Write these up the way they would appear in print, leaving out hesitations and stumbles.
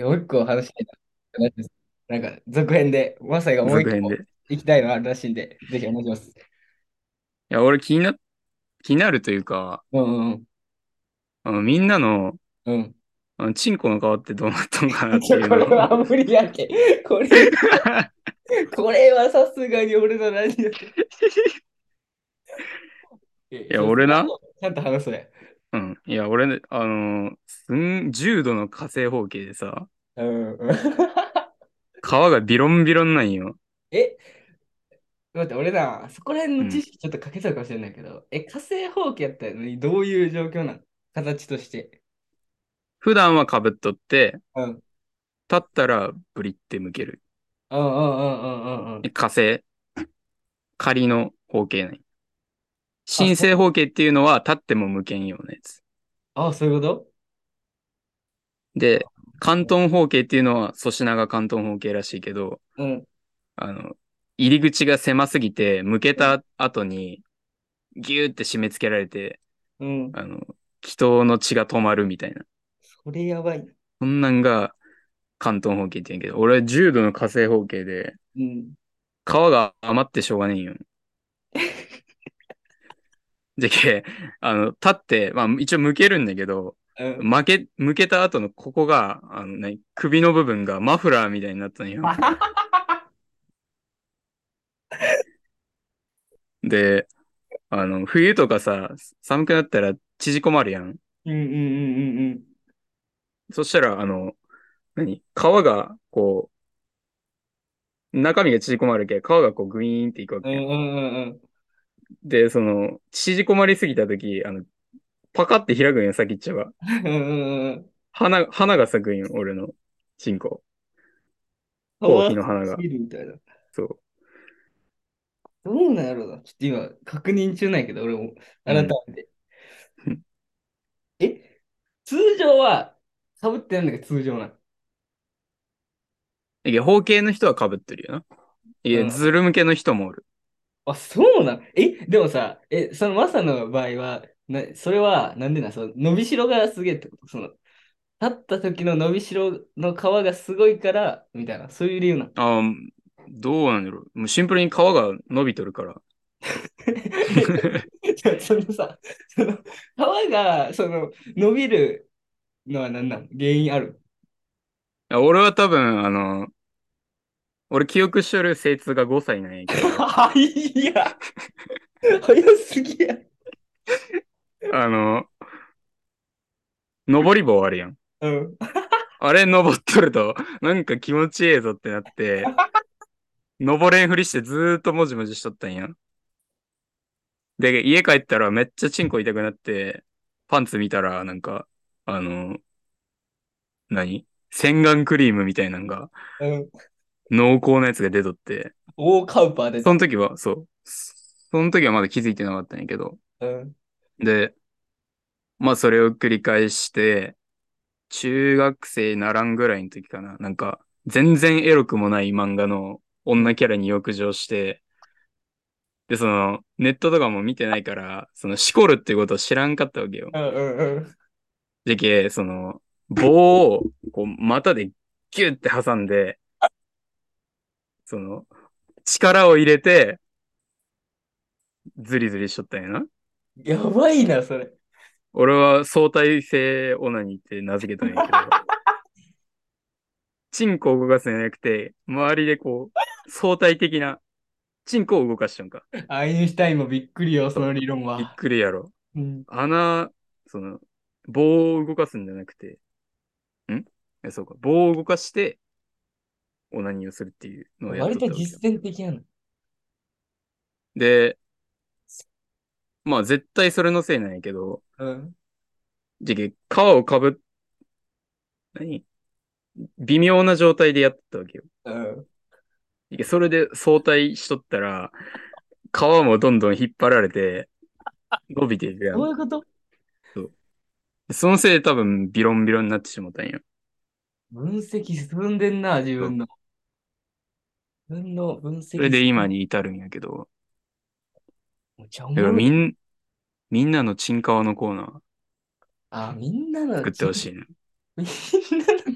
もう一個話したいな。なんか、続編で、マサイがもう一個続編で。 行きたいのあるらしいんで、ぜひお願いします。 いや、俺気になるというか、 うんうんみんなの、 うん。 チンコの皮ってどうなったのかなっうん。こていうのをれは無理やけ。これ、これはさすがに俺の何だ。 いや、 そこ俺な、 はちゃんと話そうや。 うん。いや、俺ね、重度の火星包茎でさ、 うんうん。 皮がビロンビロンなんよ。 え、待って、俺な、そこら辺うん。 の知識ちょっと欠けちゃうかもしれないけど、火星放棄やったのにどういう状況なの？形として。 普段は被っとって、 うん。 立ったらブリって向ける。 うんうんうんうんうんうん。 火星、仮の包茎なんよ。 あ、 新生包茎っていうのは立っても向けんようなやつ。 そういうこと？ で、関東包茎っていうのは粗品が関東包茎らしいけど、 うん。 あの、入り口が狭すぎて、向けた後にギューって締め付けられて、 うん。 あの、人の血が止まるみたいな。 それやばいな。 そんなんが関東包茎って言うんやけど、俺は重度の火星包茎で、 うん。 皮が余ってしょうがねえんよ。じゃけ、立って、まあ一応向けるんだけど、 うん。 向けた後のここが、首の部分がマフラーみたいになったんよ。で、冬とかさ、寒くなったら縮こまるやん。 うんうんうんうんそしたら、皮が、こ中身が縮こまるけ、皮がこうグイーンっていくわうん。うけやん。 んうんうんで、縮こまりすぎたとき、パカって開くんよ、先っちょが。 うん。うんうん。 花が咲くんよ、俺のチンコ。頭皮かわいの花が。 すぎるみたいな。 そう。 どうなんやろうな。ちょっと今、確認中なんやけど、俺も改うん。 めて。え、通常は、かぶってないんだけど通常なの？ いや、包茎の人は被ってるよな。いや、 うん。 ズル向けの人もおる。 そうなの？でもさ、そのマサの場合は、それは、なんで伸びしろがすげえってこと？立った時の伸びしろの皮がすごいから、みたいな、そういう理由なの？ ああ、どうなんだろう。もうシンプルに皮が伸びとるから。 じゃあそのさ、その皮が伸びるのは何なの？原因ある？ 俺は多分、俺記憶しとる精通が5歳なんやけど、 いや、早すぎや。 あの、登り棒あるやん。 うん。 あれ登っとると、なんか気持ちええぞってなって、登れんふりしてずーっともじもじしとったんや。で、家帰ったらめっちゃチンコ痛くなって、パンツ見たら、なんか、あの、洗顔クリームみたいなのが、 うん。 濃厚なやつが出とって、 大カウパー出た。 その時は、そう。その時はまだ気づいてなかったんやけど。 うん。 で、まあそれを繰り返して、中学生ならんぐらいの時かな。なんか、全然エロくもない漫画のうん。 女キャラに浴場して、で、ネットとかも見てないから、しこるっていうことを知らんかったわけよ。 うんうんうん。 じゃけ、棒を、こう、股でギュッて挟んで、その、力を入れて、ズリズリしとったんやな。 やばいな、それ。 俺は相対性オナニーって名付けたんやけど、チンコを動かすんじゃなくて、周りでこう、相対的な、チンコを動かしとんか。 アインシュタインもびっくりよ、その理論びっは。 くりやろ。 うん。 穴、その、棒を動かすんじゃなくて、そうか、棒を動かしてオナニーをするっていうのをやっ割とったわけよ。 と実践的やな。 で、まあ絶対それのせいなんやけど、 うん。 じゃけ、皮をかぶ、何微妙な状態でやってたわけよ。 うん。 じゃけそれで相対しとったら、皮もどんどん引っ張られて、伸びていくやん。 どういうこと？ そうそのせいで多分ビロンビロンになってしまったんよ。 分析進んでんな、自そう分の。自分の分それで析今に至るんやけど、 めっちゃおだからもろい。 みんなのチンカワのコーナーみんなの作ってほしいね。 みんなの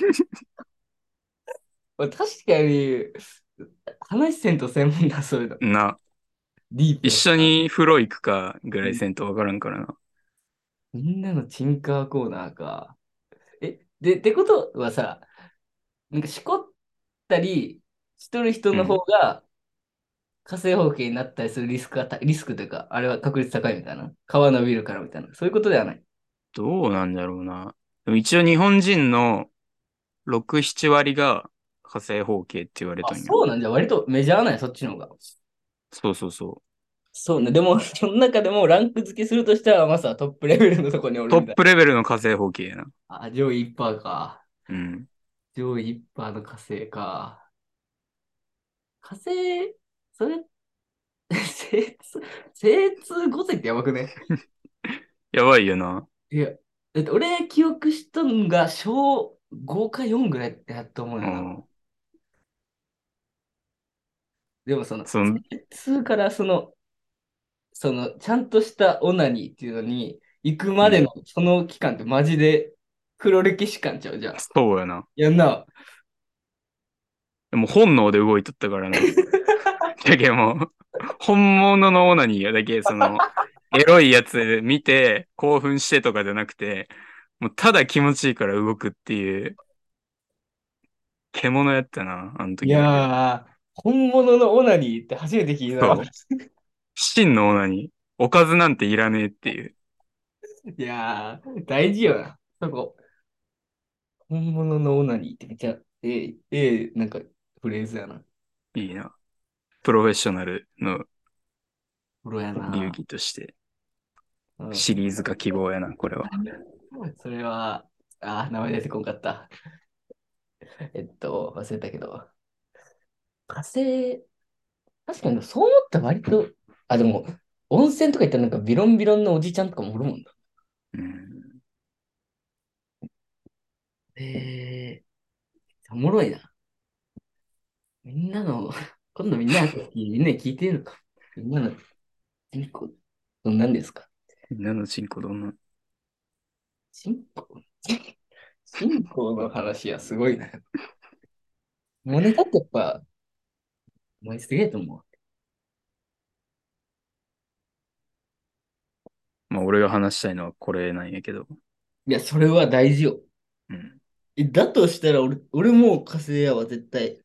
確かに、話せんと専門だ、そういうの。 な、 ディープ一やったな。 緒に風呂行くかぐらいうん。 せんとわからんからな。 みんなのチンカーコーナーか。ってことはさ、なんかしこったりしとる人の方うん。 が火星放棄になったりするリスクというか、あれは確率高いみたいな。皮伸びるからみたいな。そういうことではない。 どうなんだろうな。でも一応日本人の6、7割が火星方形って言われあ、 とんよ。 そうなんじゃ、割とメジャーなんや、そっちの方が。 そうそうそう。 そうね。でも、その中でもランク付けするとしては、まさトップレベルのとこにおるみたいトップレベルの火星方形やな。 な。あ、上位1%か。 うん。 上位1%の火星か。火星、それ、精通、精通5世ってやばくね？ やばいよな。 いや、俺記憶したのが小5か4ぐらいやと思うよな。 うん。 でもその、 その、 精通からちゃんとしたオナニーっていうのに行くうん。 までのその期間ってマジで黒歴史感ちゃうじゃあ。 そうやな。 やんな。 でも本能で動いとったからな。だけどもう、本物のオナニーやだけ、エロいやつ見て興奮してとかじゃなくて、もうただ気持ちいいから動くっていう、獣やったな、あのい時は。 やー、本物のオナニーって初めて聞いたな。 そう。真のオナニー。おかずなんていらねえっていう。 いやー、大事よな。そこ。本物のオナニーってめっちゃ、なんかフレーズやな。 いいな。プロフェッショナルのプロや流な。 儀として、 うん。 シリーズ化希望やな、これは。 それは、名前出てこんかった。忘れたけど。火星、確かにそう思ったら割と、でも、温泉とか行ったらなんかビロンビロンのおじちゃんとかもおるもんな。 うん。 おもろいな。みんなの、今度みんなみんなに聞いてるのか。みんなの人口、どんなんですか？ みんなのチンコどんな、 人口人口の話はすごいな。モネだってやっぱ、お前すげえと思う。 まあ俺が話したいのはこれなんやけど。 いや、それは大事よ。 うん。 だとしたら俺もう火星やわ、絶対。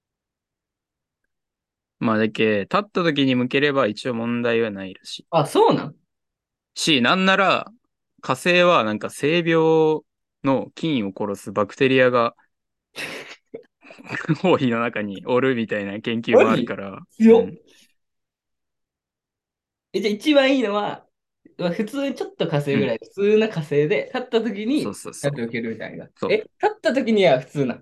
まあだけ、立った時に向ければ一応問題はないらしい。 あ、そうなん？ なんなら、火星はなんか性病の菌を殺すバクテリアが包皮の中におるみたいな研究もあるマジから、う強っ。 ん。 じゃあ一番いいのは、普通にちょっと火星うん。 ぐらい、普通な火星で、立った時そうに、 そうそう。 ちゃんと受けるみたいな。 そ立った時には普通な。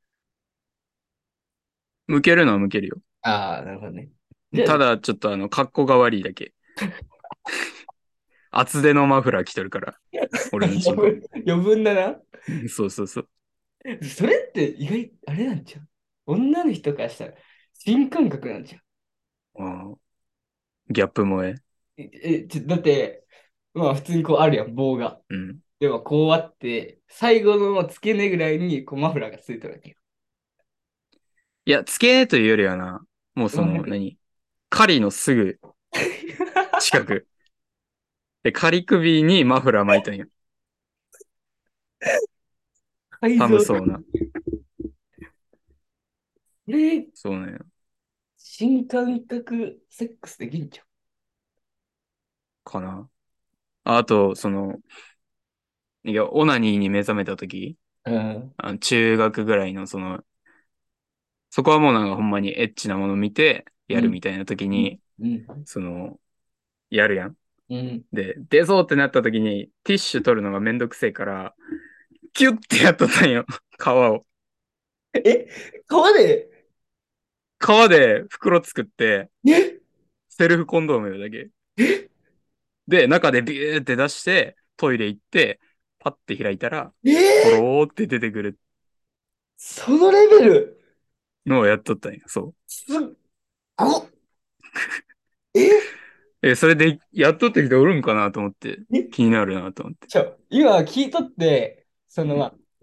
う。向けるのは向けるよ。 なるほどね。じゃあ、 ただ、ちょっと格好が悪いだけ。厚手のマフラー着とるから、俺のチンコ。 余分だな。 うんそうそうそう。 それって意外、あれなんちゃう？女の人からしたら新感覚なんちゃう？ あーギャップ萌え。 だって、まあ普通にこうあるやん、棒が。 うん。 でもこうあって、最後の付け根ぐらいにこうマフラーがついてるわけよ。 いや、付け根というよりはな、もう狩りのすぐ近く。で、仮首にマフラー巻いたんよ。寒改造。こそうな。 れ、 そうね。 新感覚セックスできんじかな。あと、いや、オナニーに目覚めた時、 ゃん。うん。 中学ぐらいのそこはもうなんかほんまにエッチなもの見てうん。 やるみたいな時うん。 に、 うん。 その、やるやん。 うん。 で、出そうってなった時にティッシュ取るのがめんどくせえから、キュッてやっとったんよ。皮を。 え、川で？ 皮で袋作って、 えセルフコンドームだけ。で、中でビューって出して、トイレ行って、パッて開いたら、ポえローって出てくるそのレベルのをやっとったんよ。そすっごえう。それでやっとって人おるんかなと思って、 え気になるなと思って。 今聞いとって、 うん。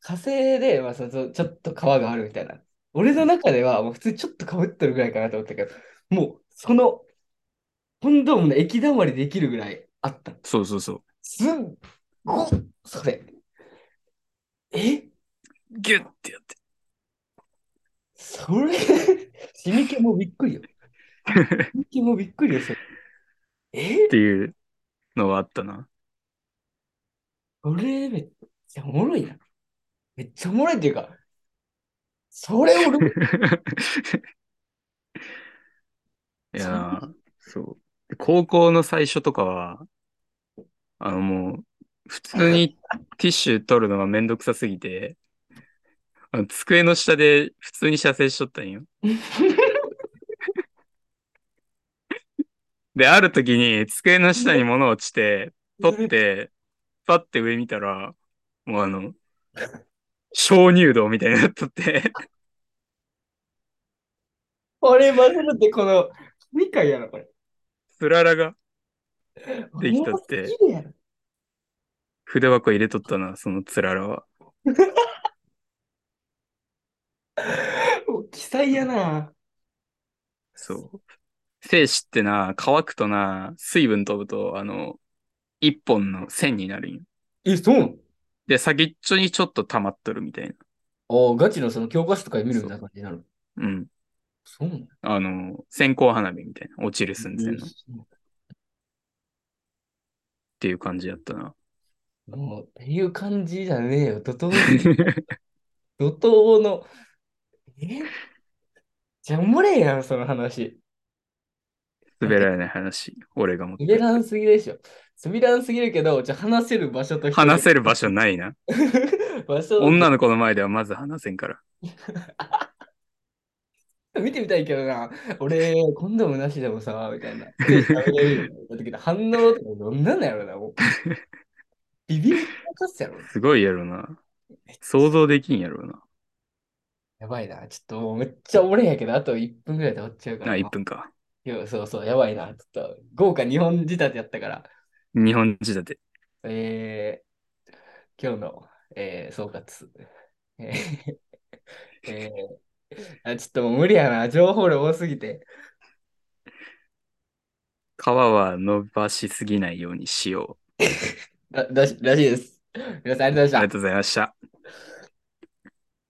火星で、まあ、ちょっと川があるみたいな。俺の中ではもう普通にちょっとかぶってるぐらいかなと思ったけど、もうそのコンドームの液だまりできるぐらいあった。 そうそうそう。 すっごっそれ。えギュッてやって。 それしみ気もびっくりよ。しみ気もびっくりよ、それ。 っていうのがあったな。 それめっちゃおもろいな。めっちゃおもろいっていうか、それ俺、 いやそんな、そう。で高校の最初とかは、もう、普通にティッシュ取るのがめんどくさすぎて、机の下で普通に射精しとったんよ。で、ある時に机の下に物落ちて、取っずれて、パッて上見たら、もう鍾乳洞みたいになっとって、 これ混ぜるってこの、神回やろ、これ。 つららがおできもろすぎとって、 るやろ。 筆箱入れとったな、そのつららは。 もう奇才やな。 そう。精子ってな、乾くとな、水分飛ぶと、一本の線になるんよ。 え、そうなの？ で、先っちょにちょっと溜まっとるみたいな。 ああ、ガチのその教科書とかで見るみそたいな感じになる。 う。うん。 そうなの？ 線香花火みたいな。落ちる寸前の。っそていう感じやったな。 うもう、っていう感じじゃねえよ。怒涛の、じゃあおもれえやん、その話。だって、 滑らない話、俺が持っとる。 滑らんすぎでしょ。滑らんすぎるけど、じゃあ話せる場所と人が話せる場所ないな。 場所、 女の子の前ではまず話せんから。 見てみたいけどな。俺、コンドームなしでもさ、みたいな。手食べれるよね。だけど反応とかどんなんだろうな。もうビビりかすやろな。 すごいやろな。 めっちゃ想像できんやろな。 やばいな。ちょっともうめっちゃ俺やけど、あと1分ぐらいで終わっちゃうからあ、1 な。 分か。 そうそう、やばいな。ちょっと、豪華日本仕立てやったから、 日本仕立て。 え今日の、総括。えーちょっともう無理やな。情報量多すぎて。 皮は伸ばしすぎないようにしよう。 らしいです。皆さんありがとうございました。 ありがとうございました。